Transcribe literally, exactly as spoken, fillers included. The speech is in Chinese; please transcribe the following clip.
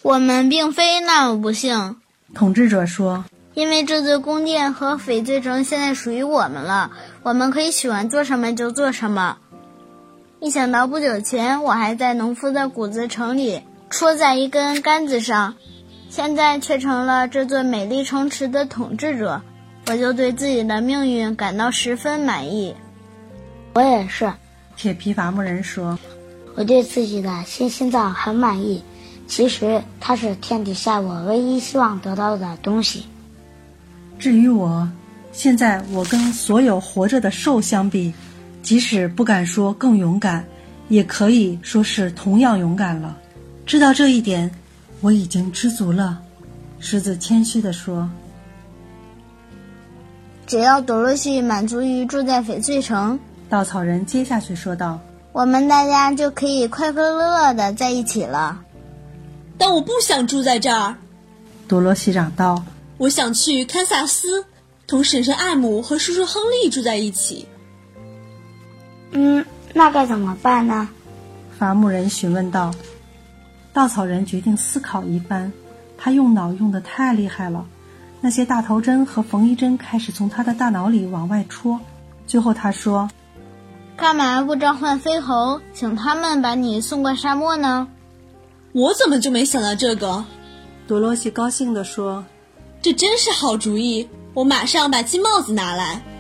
我们并非那么不幸， 统治者说， 因为这座宫殿和翡翠城现在属于我们了，我们可以喜欢做什么就做什么。一想到不久前我还在农夫的谷子城里戳在一根杆子上，现在却成了这座美丽城池的统治者，我就对自己的命运感到十分满意。 我也是， 铁皮伐木人说， 我对自己的新心脏很满意，其实它是天底下我唯一希望得到的东西。 至于我，现在我跟所有活着的兽相比，即使不敢说更勇敢，也可以说是同样勇敢了。知道这一点，我已经知足了。狮子谦虚地说， 只要多罗西满足于住在翡翠城， 稻草人接下去说道， 我们大家就可以快快乐乐的在一起了。 但我不想住在这儿， 多罗西嚷道， 我想去堪萨斯，同婶婶艾姆和叔叔亨利住在一起。 嗯，那该怎么办呢？ 伐木人询问道。稻草人决定思考一番，他用脑用得太厉害了，那些大头针和缝衣针开始从他的大脑里往外戳。最后他说， 干嘛不召唤飞猴，请他们把你送过沙漠呢？ 我怎么就没想到这个？ 多罗西高兴地说， 这真是好主意，我马上把金帽子拿来。